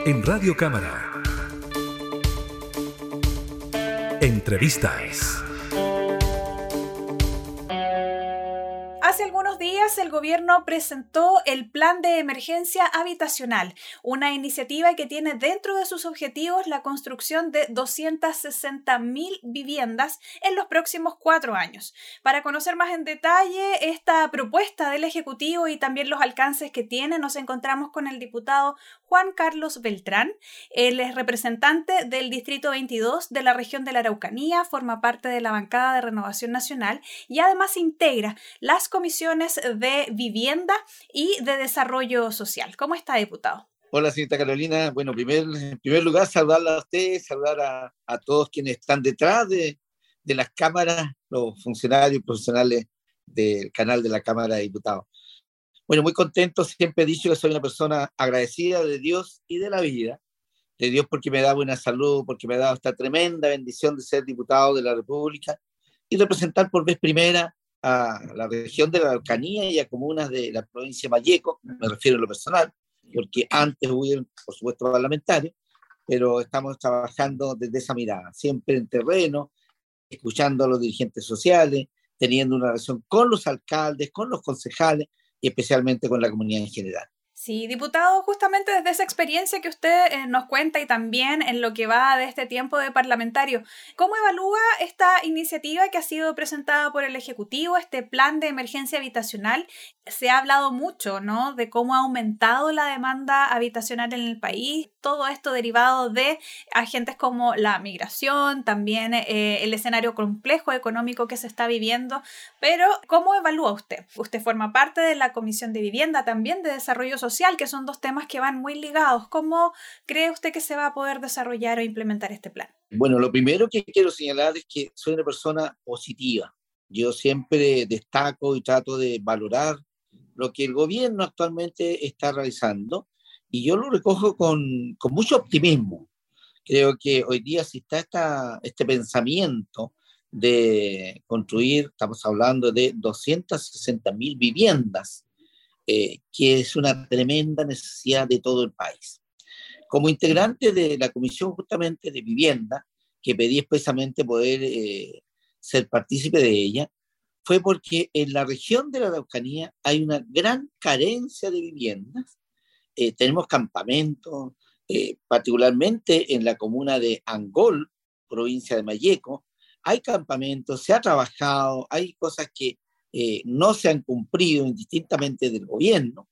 En Radio Cámara. Entrevistas. Hace algunos días el gobierno presentó el Plan de Emergencia Habitacional, una iniciativa que tiene dentro de sus objetivos la construcción de 260.000 viviendas en los próximos 4 años. Para conocer más en detalle esta propuesta del Ejecutivo y también los alcances que tiene, nos encontramos con el diputado Juan Carlos Beltrán. Él es representante del Distrito 22 de la región de la Araucanía, forma parte de la bancada de Renovación Nacional y además integra las comisiones de vivienda y de desarrollo social. ¿Cómo está, diputado? Hola, señorita Carolina. Bueno, en primer lugar, saludarla a usted, saludar a todos quienes están detrás de las cámaras, los funcionarios profesionales del canal de la Cámara de Diputados. Bueno, muy contento, siempre he dicho que soy una persona agradecida de Dios y de la vida, de Dios porque me da buena salud, porque me ha dado esta tremenda bendición de ser diputado de la República y representar por vez primera a la región de la Araucanía y a comunas de la provincia de Malleco, me refiero a lo personal, porque antes hubo, por supuesto, parlamentarios, pero estamos trabajando desde esa mirada, siempre en terreno, escuchando a los dirigentes sociales, teniendo una relación con los alcaldes, con los concejales y especialmente con la comunidad en general. Sí, diputado, justamente desde esa experiencia que usted nos cuenta y también en lo que va de este tiempo de parlamentario, ¿cómo evalúa esta iniciativa que ha sido presentada por el Ejecutivo, este plan de emergencia habitacional? Se ha hablado mucho, ¿no?, de cómo ha aumentado la demanda habitacional en el país, todo esto derivado de agentes como la migración, también el escenario complejo económico que se está viviendo, pero ¿cómo evalúa usted? Usted forma parte de la Comisión de Vivienda, también de Desarrollo Social, que son dos temas que van muy ligados. ¿Cómo cree usted que se va a poder desarrollar o implementar este plan? Bueno, lo primero que quiero señalar es que soy una persona positiva. Yo siempre destaco y trato de valorar lo que el gobierno actualmente está realizando y yo lo recojo con mucho optimismo. Creo que hoy día si está este pensamiento de construir, estamos hablando de 260.000 viviendas, que es una tremenda necesidad de todo el país. Como integrante de la Comisión justamente de Vivienda, que pedí expresamente poder ser partícipe de ella, fue porque en la región de la Araucanía hay una gran carencia de viviendas. Tenemos campamentos, particularmente en la comuna de Angol, provincia de Malleco, hay campamentos, se ha trabajado, hay cosas que no se han cumplido indistintamente del gobierno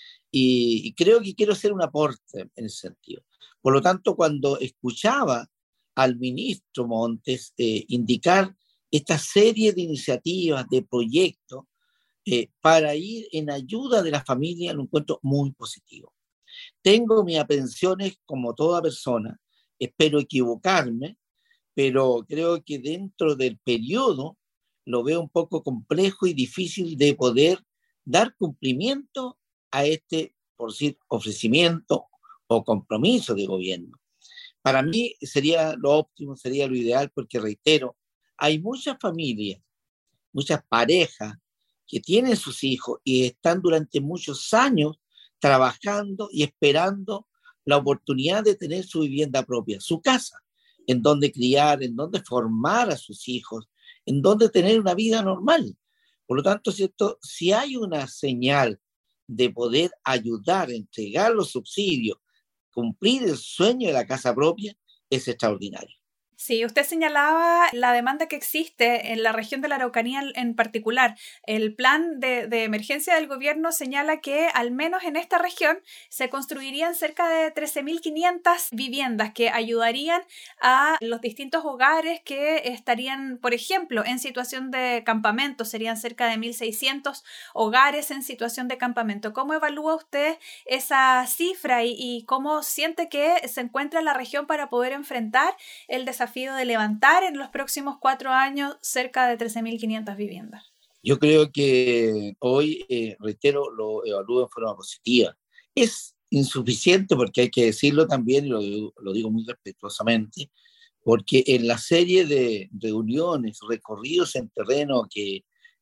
y creo que quiero hacer un aporte en ese sentido. Por lo tanto, cuando escuchaba al ministro Montes indicar esta serie de iniciativas, de proyectos para ir en ayuda de la familia, lo encuentro muy positivo. Tengo mis aprensiones como toda persona, espero equivocarme, pero creo que dentro del periodo lo veo un poco complejo y difícil de poder dar cumplimiento a este, por decir, ofrecimiento o compromiso de gobierno. Para mí sería lo óptimo, sería lo ideal, porque reitero, hay muchas familias, muchas parejas que tienen sus hijos y están durante muchos años trabajando y esperando la oportunidad de tener su vivienda propia, su casa, en donde criar, en donde formar a sus hijos, en donde tener una vida normal. Por lo tanto, ¿cierto? Si hay una señal de poder ayudar, entregar los subsidios, cumplir el sueño de la casa propia, es extraordinario. Sí, usted señalaba la demanda que existe en la región de la Araucanía en particular. El plan de emergencia del gobierno señala que al menos en esta región se construirían cerca de 13.500 viviendas que ayudarían a los distintos hogares que estarían, por ejemplo, en situación de campamento. Serían cerca de 1.600 hogares en situación de campamento. ¿Cómo evalúa usted esa cifra y cómo siente que se encuentra la región para poder enfrentar el desafío de levantar en los próximos 4 años cerca de 13.500 viviendas? Yo creo que hoy, reitero, lo evalúo en forma positiva. Es insuficiente porque hay que decirlo también, y lo digo muy respetuosamente, porque en la serie de reuniones, recorridos en terreno que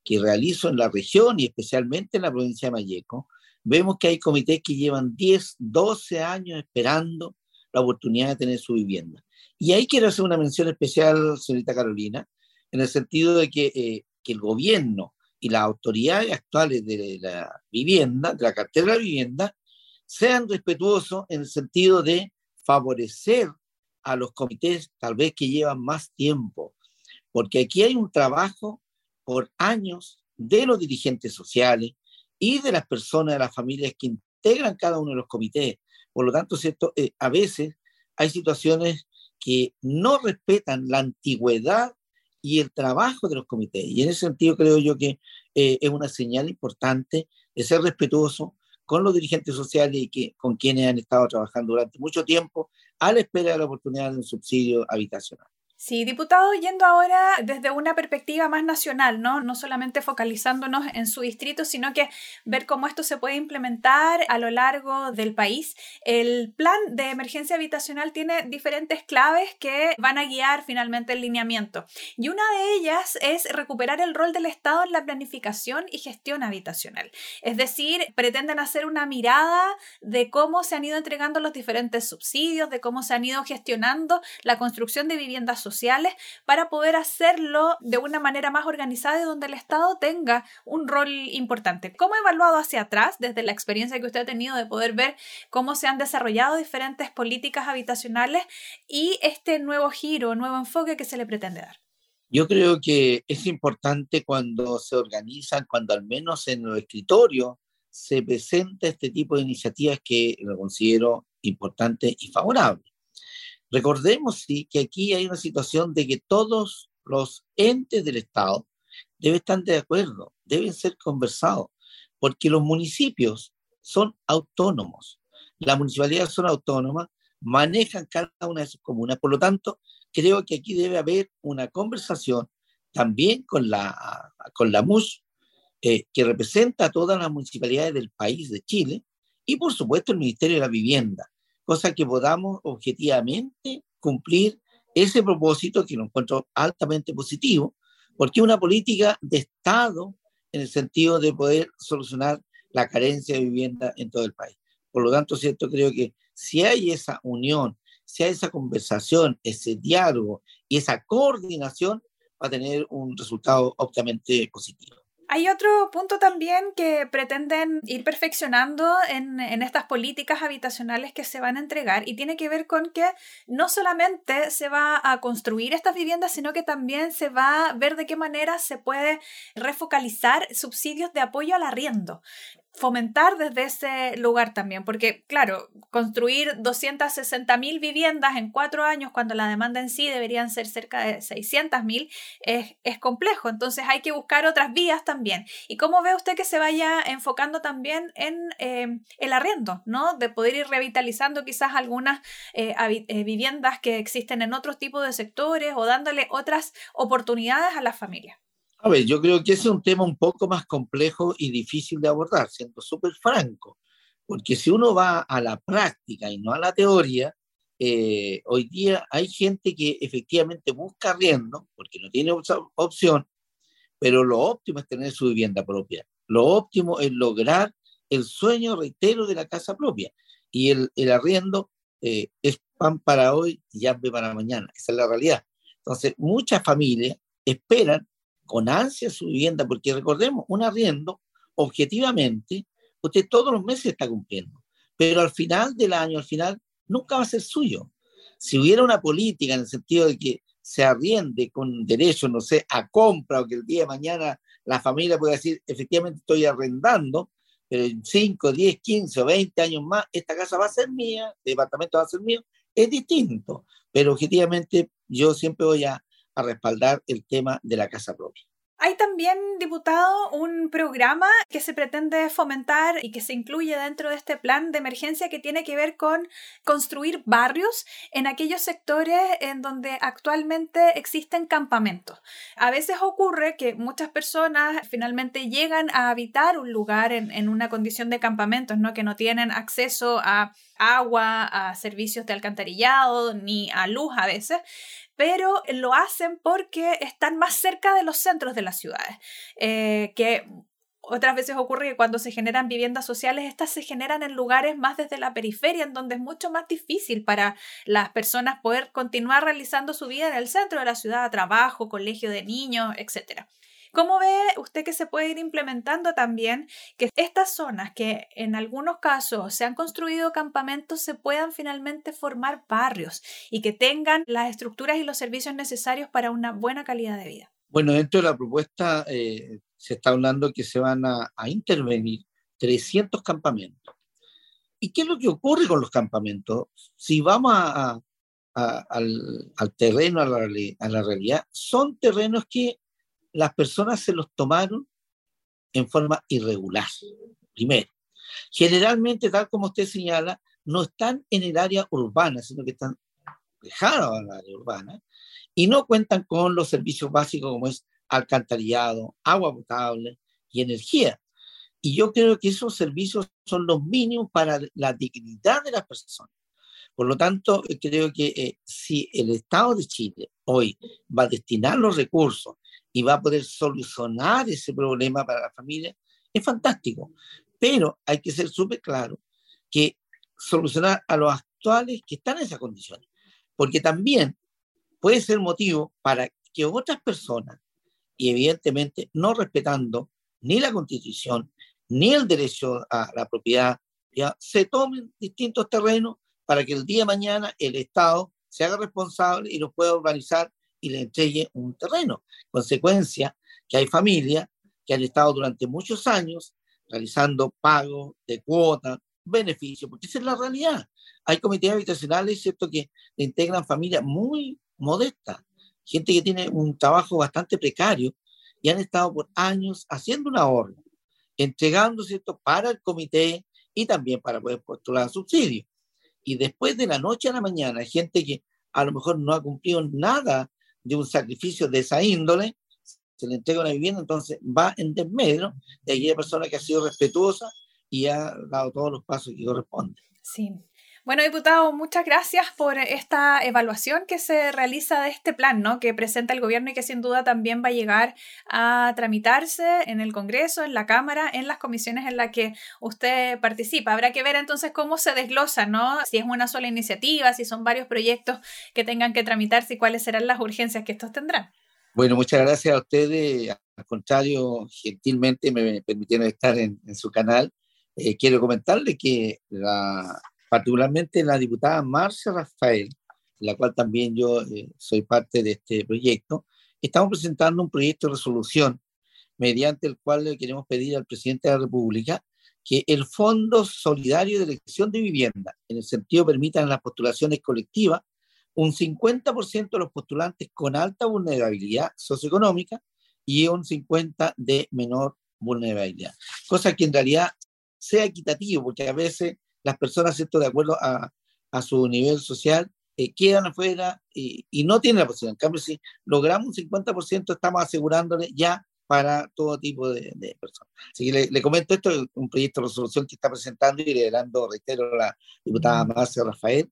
que realizo en la región y especialmente en la provincia de Malleco, vemos que hay comités que llevan 10, 12 años esperando la oportunidad de tener su vivienda. Y ahí quiero hacer una mención especial, señorita Carolina, en el sentido de que el gobierno y las autoridades actuales de la vivienda, de la cartera de la vivienda, sean respetuosos en el sentido de favorecer a los comités tal vez que llevan más tiempo, porque aquí hay un trabajo por años de los dirigentes sociales y de las personas, de las familias que integran cada uno de los comités. Por lo tanto, ¿cierto? A veces hay situaciones que no respetan la antigüedad y el trabajo de los comités. Y en ese sentido creo yo que es una señal importante de ser respetuoso con los dirigentes sociales y con quienes han estado trabajando durante mucho tiempo a la espera de la oportunidad de un subsidio habitacional. Sí, diputado, yendo ahora desde una perspectiva más nacional, ¿no? No solamente focalizándonos en su distrito, sino que ver cómo esto se puede implementar a lo largo del país. El plan de emergencia habitacional tiene diferentes claves que van a guiar finalmente el lineamiento. Y una de ellas es recuperar el rol del Estado en la planificación y gestión habitacional. Es decir, pretenden hacer una mirada de cómo se han ido entregando los diferentes subsidios, de cómo se han ido gestionando la construcción de viviendas sociales para poder hacerlo de una manera más organizada y donde el Estado tenga un rol importante. ¿Cómo ha evaluado hacia atrás, desde la experiencia que usted ha tenido de poder ver cómo se han desarrollado diferentes políticas habitacionales y este nuevo giro, nuevo enfoque que se le pretende dar? Yo creo que es importante cuando se organizan, cuando al menos en los escritorios se presenta este tipo de iniciativas que lo considero importante y favorable. Recordemos, sí, que aquí hay una situación de que todos los entes del Estado deben estar de acuerdo, deben ser conversados, porque los municipios son autónomos, las municipalidades son autónomas, manejan cada una de sus comunas, por lo tanto, creo que aquí debe haber una conversación también con la MUS, que representa a todas las municipalidades del país de Chile, y por supuesto el Ministerio de la Vivienda, cosa que podamos objetivamente cumplir ese propósito que lo encuentro altamente positivo, porque es una política de Estado en el sentido de poder solucionar la carencia de vivienda en todo el país. Por lo tanto, cierto, creo que si hay esa unión, si hay esa conversación, ese diálogo y esa coordinación, va a tener un resultado óptimamente positivo. Hay otro punto también que pretenden ir perfeccionando en estas políticas habitacionales que se van a entregar y tiene que ver con que no solamente se va a construir estas viviendas, sino que también se va a ver de qué manera se puede refocalizar subsidios de apoyo al arriendo. Fomentar desde ese lugar también, porque claro, construir 260.000 viviendas en 4 años cuando la demanda en sí deberían ser cerca de 600.000 es complejo, entonces hay que buscar otras vías también. ¿Y cómo ve usted que se vaya enfocando también en el arriendo, ¿no? De poder ir revitalizando quizás algunas viviendas que existen en otros tipos de sectores o dándole otras oportunidades a las familias? A ver, yo creo que ese es un tema un poco más complejo y difícil de abordar, siendo súper franco, porque si uno va a la práctica y no a la teoría, hoy día hay gente que efectivamente busca arriendo, porque no tiene opción, pero lo óptimo es tener su vivienda propia. Lo óptimo es lograr el sueño, reitero, de la casa propia. Y el arriendo es pan para hoy y hambre para mañana. Esa es la realidad. Entonces, muchas familias esperan con ansia su vivienda, porque recordemos, un arriendo, objetivamente, usted todos los meses está cumpliendo, pero al final del año, al final, nunca va a ser suyo. Si hubiera una política en el sentido de que se arriende con derecho, no sé, a compra, o que el día de mañana la familia pueda decir, efectivamente estoy arrendando, pero en 5, 10, 15 o 20 años más, esta casa va a ser mía, el departamento va a ser mío, es distinto, pero objetivamente yo siempre voy a respaldar el tema de la casa propia. Hay también, diputado, un programa que se pretende fomentar y que se incluye dentro de este plan de emergencia que tiene que ver con construir barrios en aquellos sectores en donde actualmente existen campamentos. A veces ocurre que muchas personas finalmente llegan a habitar un lugar en una condición de campamentos, ¿no? Que no tienen acceso a agua, a servicios de alcantarillado ni a luz a veces, pero lo hacen porque están más cerca de los centros de las ciudades, que otras veces ocurre que cuando se generan viviendas sociales, estas se generan en lugares más desde la periferia, en donde es mucho más difícil para las personas poder continuar realizando su vida en el centro de la ciudad, trabajo, colegio de niños, etc. ¿Cómo ve usted que se puede ir implementando también que estas zonas que en algunos casos se han construido campamentos se puedan finalmente formar barrios y que tengan las estructuras y los servicios necesarios para una buena calidad de vida? Bueno, dentro de la propuesta se está hablando que se van a intervenir 300 campamentos. ¿Y qué es lo que ocurre con los campamentos? Si vamos al terreno, a la realidad, son terrenos que las personas se los tomaron en forma irregular. Primero, generalmente, tal como usted señala, no están en el área urbana, sino que están lejanos al área urbana y no cuentan con los servicios básicos como es alcantarillado, agua potable y energía. Y yo creo que esos servicios son los mínimos para la dignidad de las personas. Por lo tanto, creo que si el Estado de Chile hoy va a destinar los recursos y va a poder solucionar ese problema para la familia, es fantástico. Pero hay que ser súper claro que solucionar a los actuales que están en esas condiciones. Porque también puede ser motivo para que otras personas, y evidentemente no respetando ni la Constitución, ni el derecho a la propiedad, ya, se tomen distintos terrenos para que el día de mañana el Estado se haga responsable y los pueda urbanizar y le entregue un terreno. Consecuencia que hay familias que han estado durante muchos años realizando pagos de cuotas, beneficios, porque esa es la realidad. Hay comités habitacionales, ¿cierto?, que integran familias muy modestas, gente que tiene un trabajo bastante precario y han estado por años haciendo un ahorro, entregando, ¿cierto?, para el comité y también para poder postular subsidios. Y después de la noche a la mañana, hay gente que a lo mejor no ha cumplido nada de un sacrificio de esa índole, se le entrega una vivienda, entonces va en desmedro de aquella persona que ha sido respetuosa y ha dado todos los pasos que corresponden. Sí. Bueno, diputado, muchas gracias por esta evaluación que se realiza de este plan, ¿no?, que presenta el gobierno y que sin duda también va a llegar a tramitarse en el Congreso, en la Cámara, en las comisiones en las que usted participa. Habrá que ver entonces cómo se desglosa, ¿no?, si es una sola iniciativa, si son varios proyectos que tengan que tramitarse y cuáles serán las urgencias que estos tendrán. Bueno, muchas gracias a ustedes. Al contrario, gentilmente me permitieron estar en su canal. Quiero comentarle que particularmente la diputada Marcia Rafael, la cual también yo soy parte de este proyecto, estamos presentando un proyecto de resolución mediante el cual le queremos pedir al presidente de la República que el Fondo Solidario de Elección de Vivienda, en el sentido permitan las postulaciones colectivas, un 50% de los postulantes con alta vulnerabilidad socioeconómica y un 50% de menor vulnerabilidad. Cosa que en realidad sea equitativo, porque a veces las personas, ¿cierto?, de acuerdo a su nivel social, quedan afuera y no tienen la posibilidad. En cambio, si logramos un 50%, estamos asegurándole ya para todo tipo de personas. Así que le comento esto, es un proyecto de resolución que está presentando y liderando, reitero, la diputada Marcia Rafael,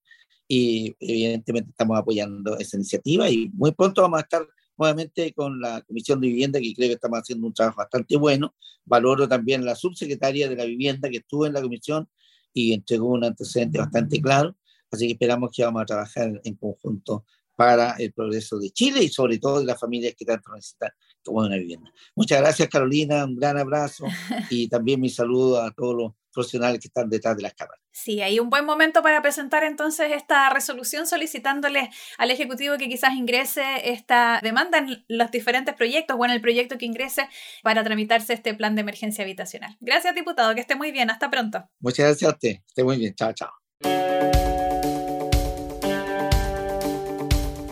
y evidentemente estamos apoyando esa iniciativa y muy pronto vamos a estar nuevamente con la Comisión de Vivienda, que creo que estamos haciendo un trabajo bastante bueno. Valoro también la subsecretaria de la Vivienda que estuvo en la comisión y entregó un antecedente bastante claro, así que esperamos que vamos a trabajar en conjunto para el progreso de Chile y sobre todo de las familias que tanto necesitan como una vivienda. Muchas gracias, Carolina, un gran abrazo y también mi saludo a todos los profesionales que están detrás de las cámaras. Sí, hay un buen momento para presentar entonces esta resolución solicitándole al Ejecutivo que quizás ingrese esta demanda en los diferentes proyectos o en el proyecto que ingrese para tramitarse este plan de emergencia habitacional. Gracias, diputado, que esté muy bien. Hasta pronto. Muchas gracias a usted. Esté muy bien. Chao, chao.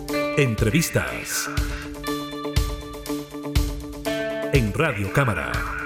Entrevistas en Radio Cámara.